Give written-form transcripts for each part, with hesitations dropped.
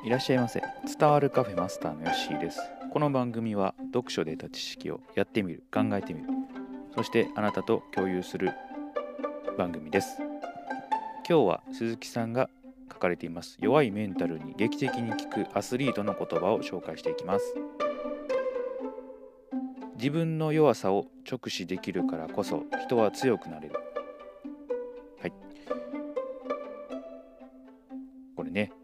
いらっしゃいませ。伝わるカフェマスターのヨッシーです。この番組は読書で得た知識をやってみる、考えてみる、そしてあなたと共有する番組です。今日は鈴木さんが書かれています弱いメンタルに劇的に効くアスリートの言葉を紹介していきます。自分の弱さを直視できるからこそ人は強くなれる。はい。これね、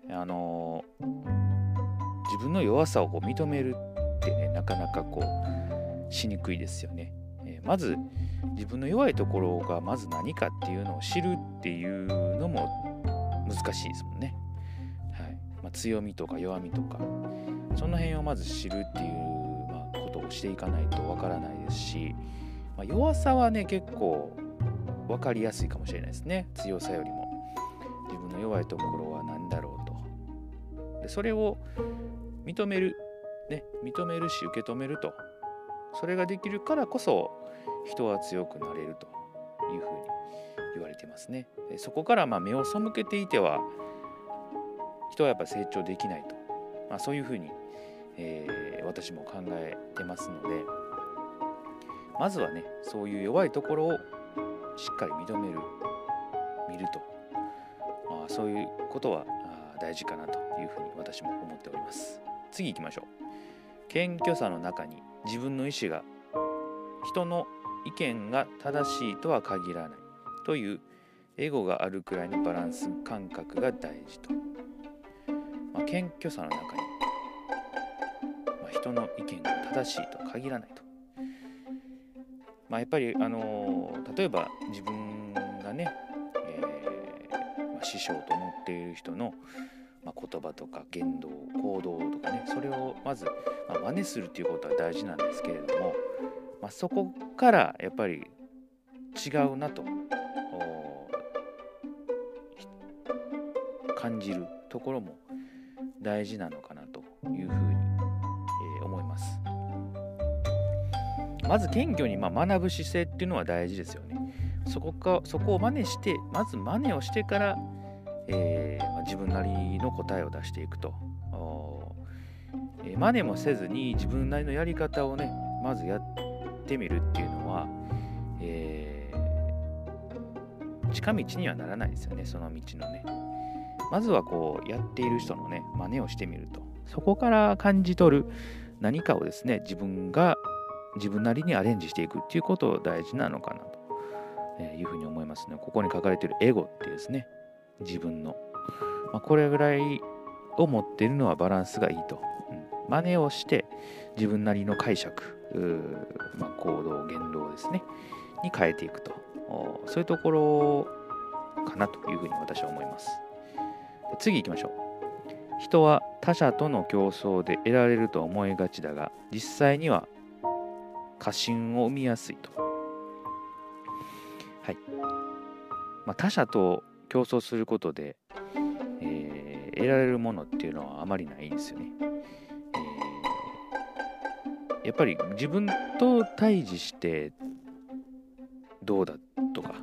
自分の弱さを認めるってね、なかなかしにくいですよね。まず自分の弱いところがまず何かっていうのを知るっていうのも難しいですもんね。はい。強みとか弱みとかその辺をまず知るっていう、ことをしていかないとわからないですし、弱さはね結構分かりやすいかもしれないですね。強さよりも自分の弱いところは何だろうと。でそれを認める、認めるし受け止めると、それができるからこそ人は強くなれるというふうに言われていますね。でそこから目を背けていては人はやっぱり成長できないと、そういうふうに、私も考えてますので、まずはねそういう弱いところをしっかり見ると、そういうことは大事かなというふうに私も思っております。次行きましょう。謙虚さの中に自分の意思が、人の意見が正しいとは限らないというエゴがあるくらいのバランス感覚が大事と。謙虚さの中に、人の意見が正しいとは限らないと。やっぱり例えば自分がね、師匠と思っている人の言葉とか言動行動とかね、それをまず真似するということは大事なんですけれども、そこからやっぱり違うなと感じるところも大事なのかなというふうに、思います。まず謙虚に学ぶ姿勢っていうのは大事ですよね。そこを真似して、まず真似をしてから、自分なりの答えを出していくと。真似もせずに自分なりのやり方をねまずやってみるっていうのは、近道にはならないですよね。その道のね、まずはやっている人のね真似をしてみると、そこから感じ取る何かをですね自分なりにアレンジしていくっていうことが大事なのかなというふうに思いますね。ここに書かれているエゴっていうですね、自分の、これぐらいを持っているのはバランスがいいと。真似をして自分なりの解釈、行動言動ですねに変えていくと、そういうところかなというふうに私は思います。次行きましょう。人は他者との競争で得られると思いがちだが、実際には過信を生みやすいと。はい。他者と競争することで、得られるものっていうのはあまりないんですよね。やっぱり自分と対峙してどうだとか、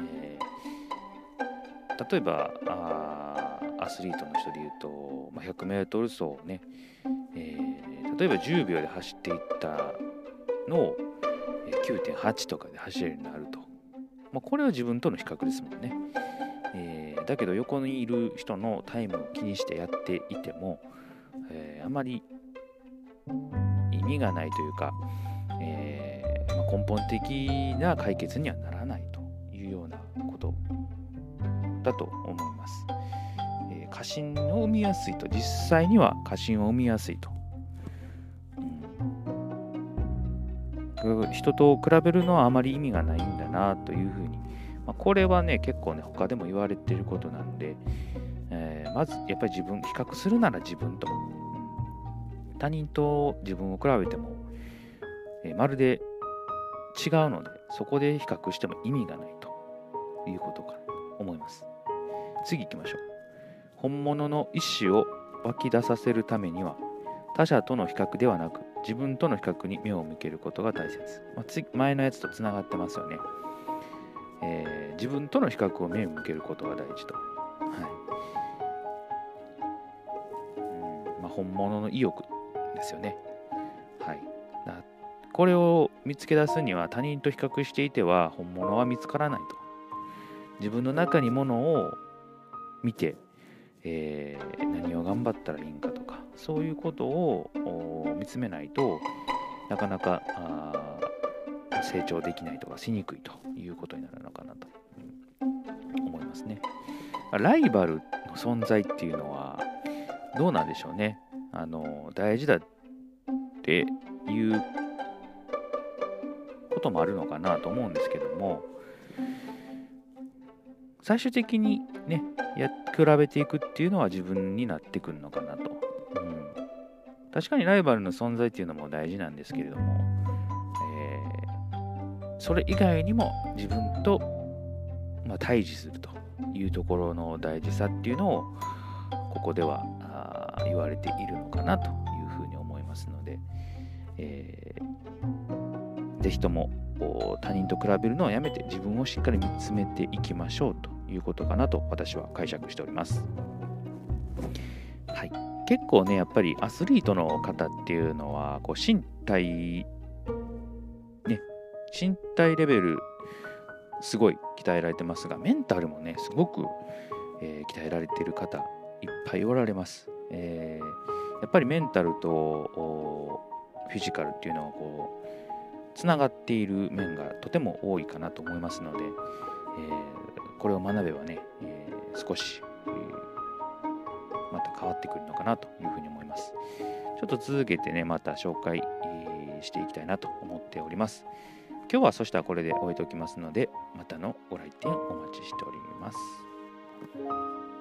例えばアスリートの人でいうと、100メートル走をね、例えば10秒で走っていったのを 9.8 とかで走れるようになると。これは自分との比較ですもんね。だけど横にいる人のタイムを気にしてやっていても、あまり意味がないというか、根本的な解決にはならないというようなことだと思います。過信を生みやすいと、実際には過信を生みやすいと、人と比べるのはあまり意味がないんだなというふうに、これはね結構ね他でも言われていることなんで、まずやっぱり比較するなら自分と、他人と自分を比べても、まるで違うので、そこで比較しても意味がないということかと思います。次行きましょう。本物の意思を湧き出させるためには他者との比較ではなく自分との比較に目を向けることが大切。前のやつとつながってますよね。自分との比較を目を向けることが大事と。 本物の意欲ですよね。はい。これを見つけ出すには他人と比較していては本物は見つからないと。自分の中にものを見て、何を頑張ったらいいんかとか、そういうことを見つめないとなかなか成長できないとかしにくいということになるのかなと思いますね。ライバルの存在っていうのはどうなんでしょうね。大事だっていうこともあるのかなと思うんですけども、最終的にね比べていくっていうのは自分になってくるのかなと、確かにライバルの存在っていうのも大事なんですけれども、それ以外にも自分と、対峙するというところの大事さっていうのをここでは言われているのかなというふうに思いますので、ぜひとも他人と比べるのをやめて自分をしっかり見つめていきましょうということかなと私は解釈しております。はい、結構ねやっぱりアスリートの方っていうのはこう身体レベルすごい鍛えられてますが、メンタルもねすごく、鍛えられている方いっぱいおられます。やっぱりメンタルとフィジカルっていうのはこうつながっている面がとても多いかなと思いますので、これを学べばね、少し、また変わってくるのかなというふうに思います。ちょっと続けてねまた紹介、していきたいなと思っております。今日はそしたらこれで終えておきますので、またのご来店お待ちしております。